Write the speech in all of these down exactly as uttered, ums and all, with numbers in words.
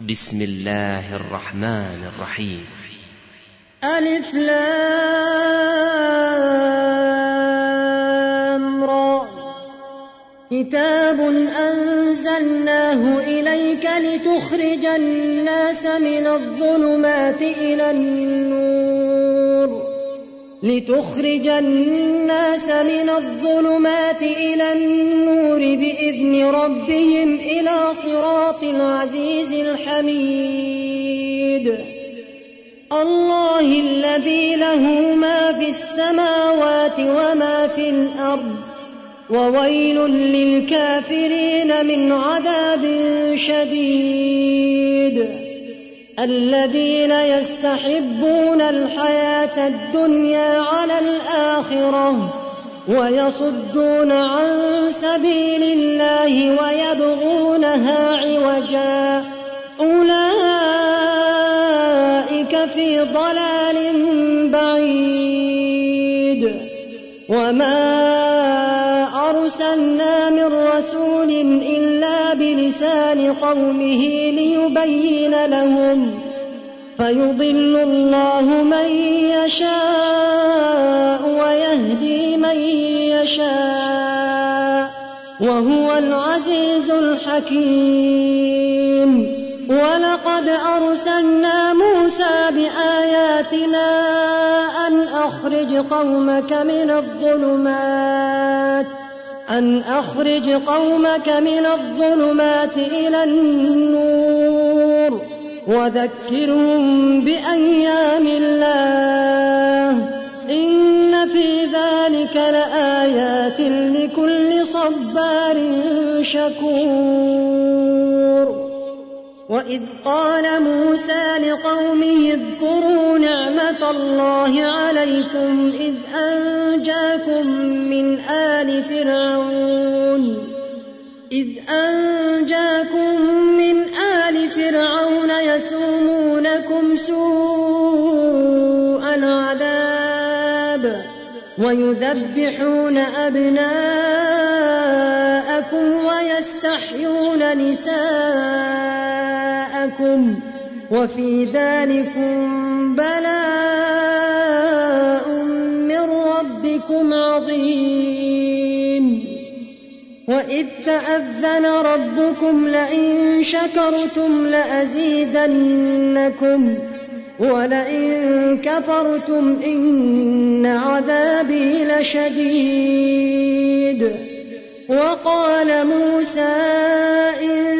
بسم الله الرحمن الرحيم. ألف لام را. كتاب أنزلناه إليك لتخرج الناس من الظلمات إلى النور لتخرج الناس من الظلمات إلى النور بإذن ربهم إلى صراط العزيز الحميد. الله الذي له ما في السماوات وما في الأرض، وويل للكافرين من عذاب شديد. الذين يستحبون الحياة الدنيا على الآخرة ويصدون عن سبيل الله ويبغونها عوجا، أولئك في ضلال بعيد. وما أرسلنا من رسول إلا بلسان قومه ليبين لهم، فيضل الله من يشاء ويهدي من يشاء، وهو العزيز الحكيم. ولقد أرسلنا موسى بآياتنا أن أخرج قومك من الظلمات أن أخرج قومك من الظلمات إلى النور وذكرهم بأيام الله، إن في ذلك لآيات لكل صبار شكور. وإذ قال موسى لقومه اذكروا نعمة الله عليكم إذ أنجاكم من آل فرعون إذ أنجاكم من آل فرعون يسومونكم سوء العذاب ويذبحون أبناءكم ويستحيون نساءكم، وفي ذلكم بلاء من ربكم عظيم. وإذ تأذن ربكم لئن شكرتم لأزيدنكم ولئن كفرتم إن عذابي لشديد. وقال موسى إن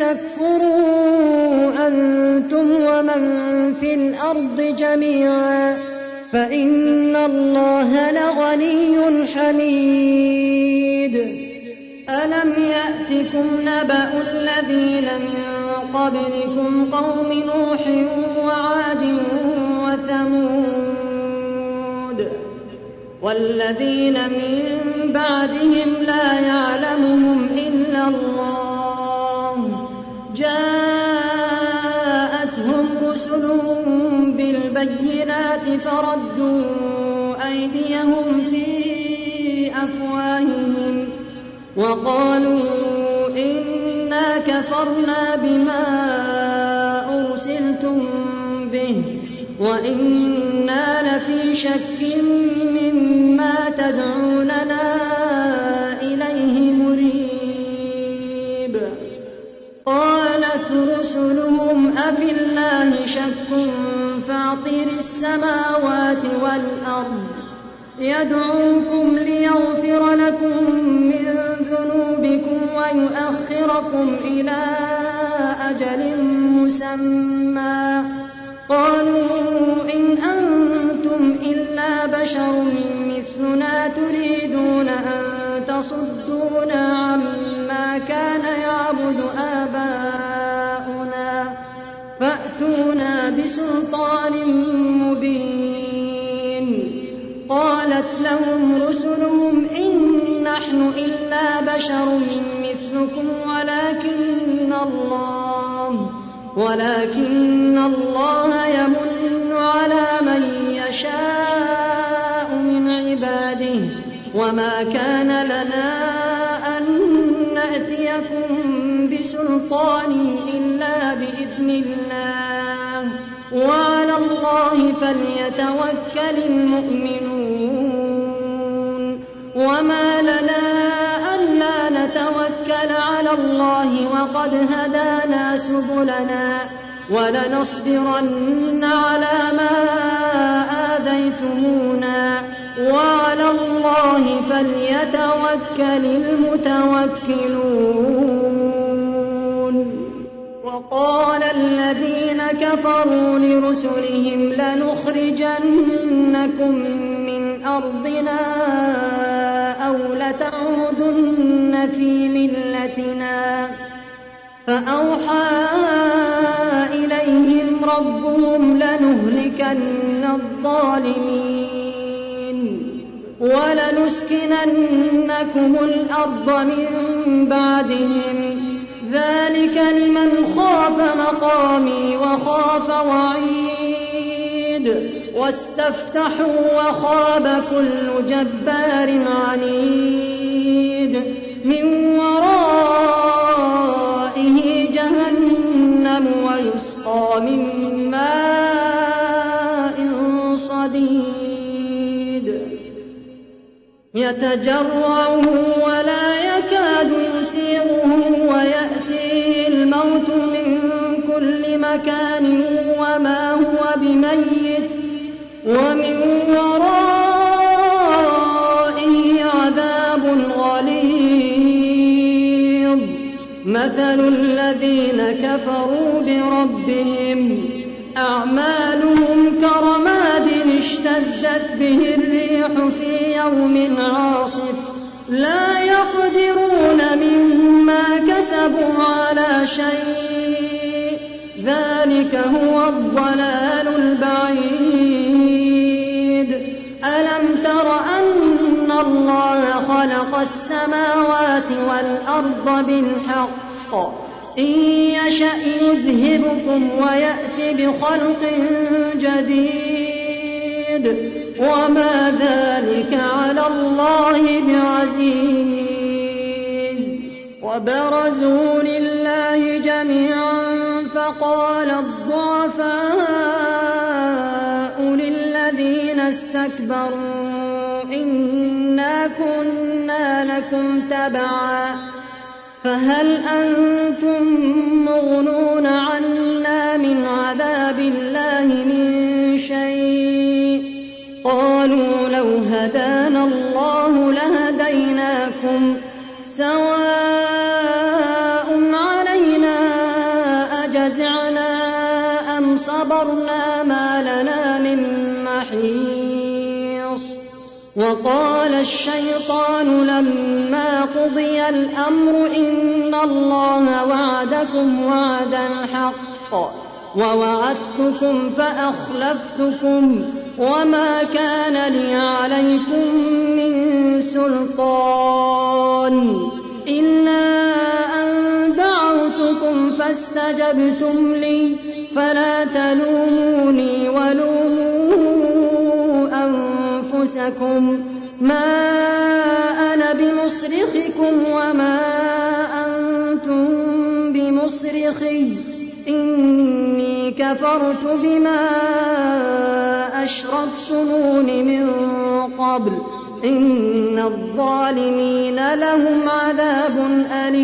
تكفروا أنتم ومن في الأرض جميعا فإن الله لغني حميد. ألم يأتكم نبأ الذين من قبلكم قوم نوح وعاد وثمود والذين من بعدهم لا يعلمهم إلا الله، جاءتهم رسلهم بالبينات فردوا أيديهم في أفواههم وقالوا إنا كفرنا بما أرسلتم به وإنا لفي شك مما تدعوننا إليه مريب. قالت رسلهم أفي الله شك فاطر السماوات والأرض يدعوكم ليغفر لكم من ذنوبكم ويؤخركم إلى أجل مسمى، قالوا إن أنتم إلا بشر مثلنا تريدون أن تصدونا عما كان يعبد آباؤنا فأتونا بسلطان مبين. قالت لهم رسلهم إن نحن إلا بشر مثلكم ولكن الله ولكن الله يمن على من يشاء من عباده وما كان لنا أن نأتيكم بسلطان إلا بإذن الله وعلى الله فليتوكل المؤمنون وما لنا ألا نتوكل على الله وقد هدانا سبلنا ولنصبرن على ما آذيتمونا وعلى الله فليتوكل المتوكلون. وقال الذين كفروا لرسلهم لنخرجنكم من أرضنا أو لتعودن في ملتنا فأوحى إليهم ربهم لنهلكن الظالمين ولنسكننكم الأرض من بعدهم ذلك لمن خاف مقامي وخاف وعيد واستفتحوا وخاب كل جبار عنيد من ورائه جهنم ويسقى من ماء صديد يتجرعه ولا يكاد يسيغه ويأتيه الموت من كل مكان وما هو بميت ومن ورائه عذاب غليظ. مثل الذين كفروا بربهم أعمالهم كرماد اشتدت به الريح في يوم عاصف لا يقدرون مما كسبوا على شيء ذلك هو الضلال البعيد. ألم تر أن الله خلق السماوات والأرض بالحق إن يشأ يذهبكم ويأتي بخلق جديد وما ذلك على الله بعزيز. وبرزوا لله جميعا فقال الضعفاء للذين استكبروا إنا كنا لكم تبعا فهل أنتم مغنون عنا من عذاب الله من شيء قالوا لو هدانا الله لهديناكم سواء علينا أجزعنا أم صبرنا ما لنا من محيص. وقال الشيطان لما قضي الأمر إن الله وعدكم وعد الحق ووعدتكم فأخلفتكم وما كان لي عليكم من سلطان إلا أن دعوتكم فاستجبتم لي فلا تلوموني ولوموا أنفسكم ما أنا بمصرخكم وما أنتم بمصرخي إني كفرت بما أشركتمون من قبل إن الظالمين لهم عذاب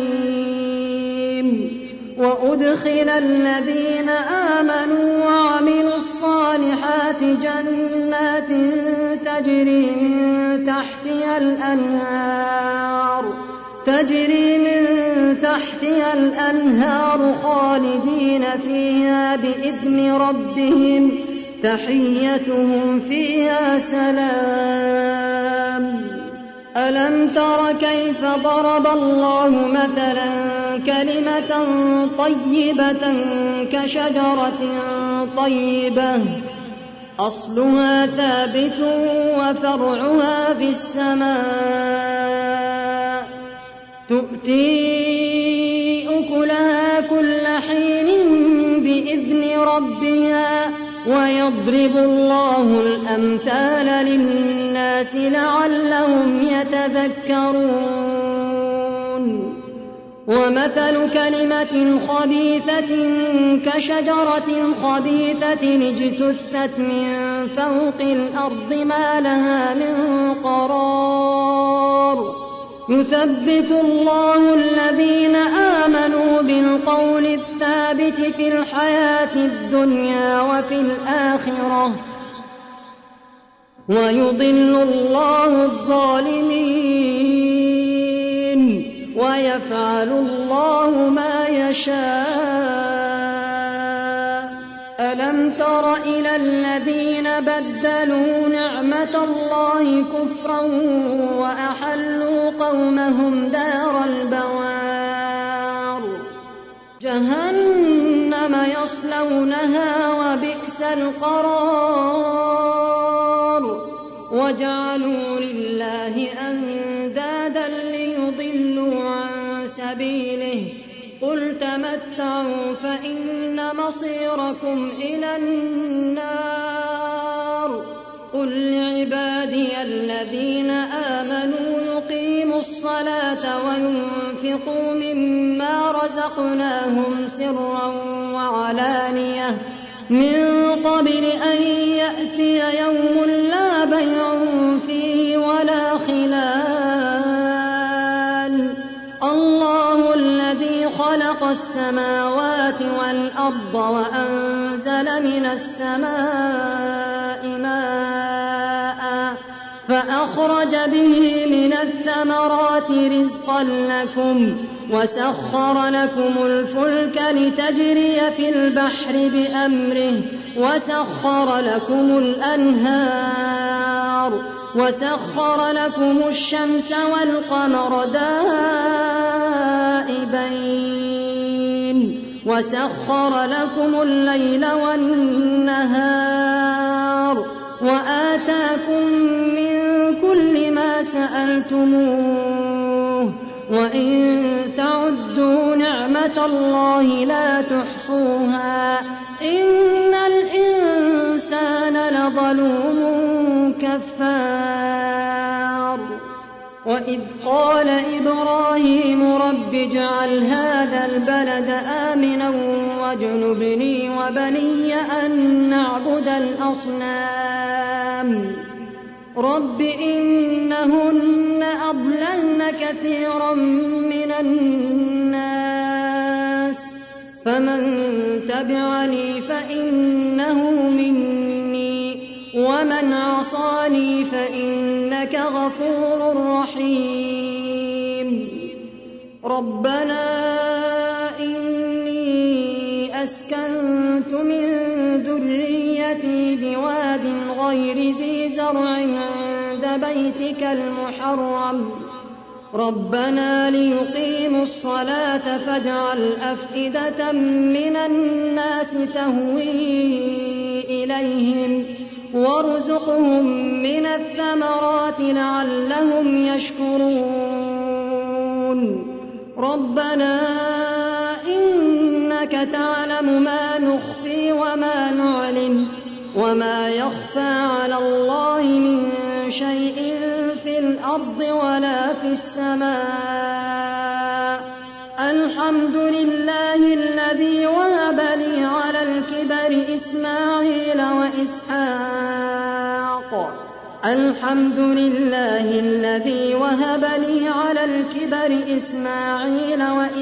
أليم. وأدخل الذين آمنوا وعملوا الصالحات جنات تجري من تحتها الأنهار تجري من تحتها الأنهار خالدين فيها بإذن ربهم تحيتهم فيها سلام. ألم تر كيف ضرب الله مثلا كلمة طيبة كشجرة طيبة أصلها ثابت وفرعها في السماء تؤتي أكلها كل حين بإذن ربها ويضرب الله الأمثال للناس لعلهم يتذكرون. ومثل كلمة خبيثة كشجرة خبيثة اجتثت من فوق الأرض ما لها من قرار يثبت الله الذين آمنوا بالقول الثابت في الحياة الدنيا وفي الآخرة ويضل الله الظالمين ويفعل الله ما يشاء. ألم تر إلى الذين بدلوا نعمة الله كفرا وأحلوا قومهم دار البوار جهنم يصلونها وبئس القرار وجعلوا لله أندادا ليضلوا عن سبيله قل تمتعوا فإن مصيركم إلى النار قل لعبادي الذين آمنوا يقيموا الصلاة وينفقوا مما رزقناهم سرا وعلانية من قبل أن يأتي يوم لا بيع فيه ولا خلال الله الذي خلق السماوات والأرض وأنزل من السماء ماء فأخرج به من الثمرات رزقا لكم وسخر لكم الفلك لتجري في البحر بأمره وسخر لكم الأنهار وسخر لكم الشمس والقمر دائبين وسخر لكم الليل والنهار وآتاكم من كل ما سألتموه وإن تعدوا نعمة الله لا تحصوها إن الإنسان لظلوم كفار. وإذ قال إبراهيم رب اجعل هذا البلد آمنا واجنبني وبني أن نعبد الأصنام رب إنهن أضللن كثيرا من الناس فمن تبعني فإنه مني ومن عصاني فإنك غفور رحيم. ربنا إني أسكنت من ذريتي بواد غير ذي زرع عند بيتك المحرم ربنا ليقيموا الصلاة فاجعل أفئدة من الناس تهوي إليهم وارزقهم من الثمرات لعلهم يشكرون. ربنا إنك تعلم ما نخفي وما نعلن وما يخفى على الله من شيء في الأرض ولا في السماء. الحمد لله الذي وهب لي على الكبر إسماعيل وإسحاق الحمد لله الذي وهب لي على الكبر إسماعيل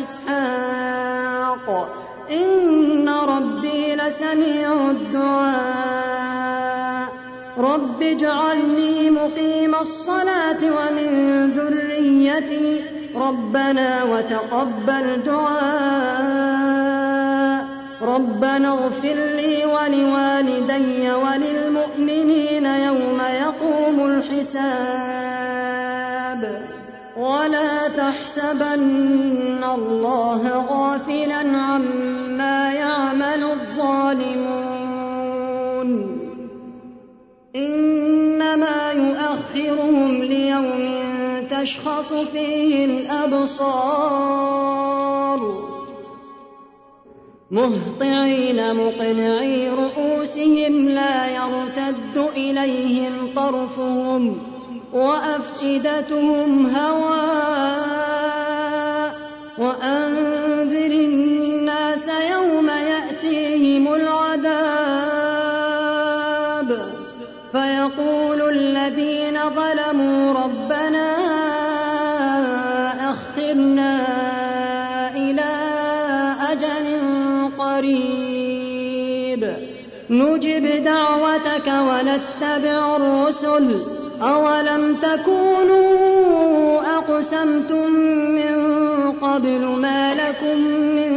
وإسحاق إن ربي لسميع الدعاء. رب اجعلني مقيم الصلاة ومن ذريتي ربنا وتقبل دعاء. ربنا اغفر لي ولوالدي وللمؤمنين يوم يقوم الحساب. ولا تحسبن الله غافلا عما يعمل الظالمون إنما يؤخرهم ليوم تشخص فيه الأبصار مهطعين مقنعي رؤوسهم لا يرتد إليهم طرفهم وأفئدتهم هواء وأنذر الناس يوم يأتيهم العذاب فيقول الذين ظلموا ربنا أخرنا إلى أجل قريب نجب دعوتك ونتبع الرسل أولم تكونوا أقسمتم من قبل ما لكم من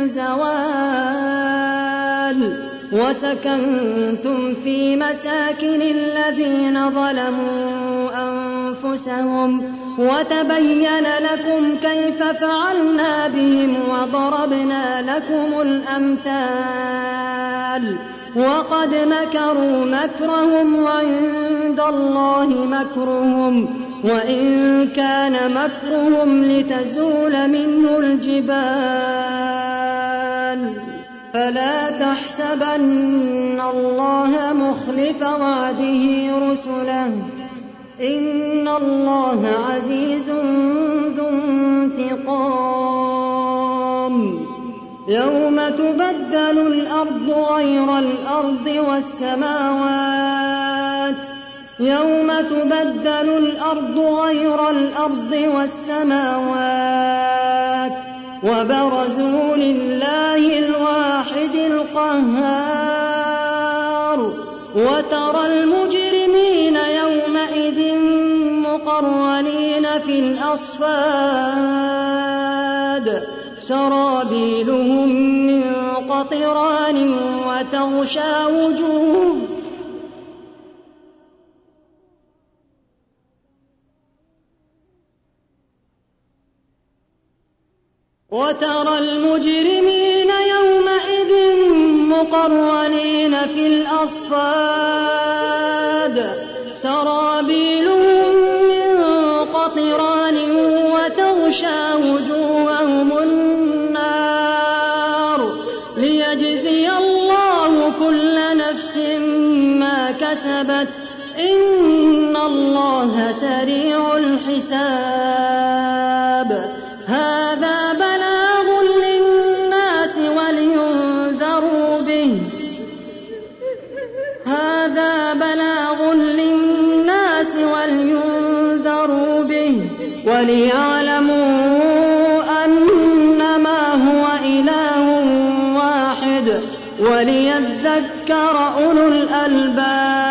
زوال وسكنتم في مساكن الذين ظلموا أنفسهم وتبين لكم كيف فعلنا بهم وضربنا لكم الأمثال وقد مكروا مكرهم وعند الله مكرهم وإن كان مكرهم لتزول منه الجبال فلا تحسبن الله مخلف وعده رسله إن الله عزيز ذو انتقام يوم تبدل الأرض غير الأرض والسماوات يوم تبدل الأرض غير الأرض والسماوات وبرزوا لله الواحد القهار وترى المجرمين يومئذ مقرنين في الأصفاد سرابيلهم من قطران وتغشى وجوه وترى المجرمين يومئذ مقرنين في الأصفاد سرابيلهم من قطران وتغشى وجوههم النار ليجزي الله كل نفس ما كسبت إن الله سريع الحساب هذا بلاغ للناس ولينذروا به هذا بلاغ للناس ولينذروا به وليعلموا أنما هو إله واحد وليذكر أولو الألباب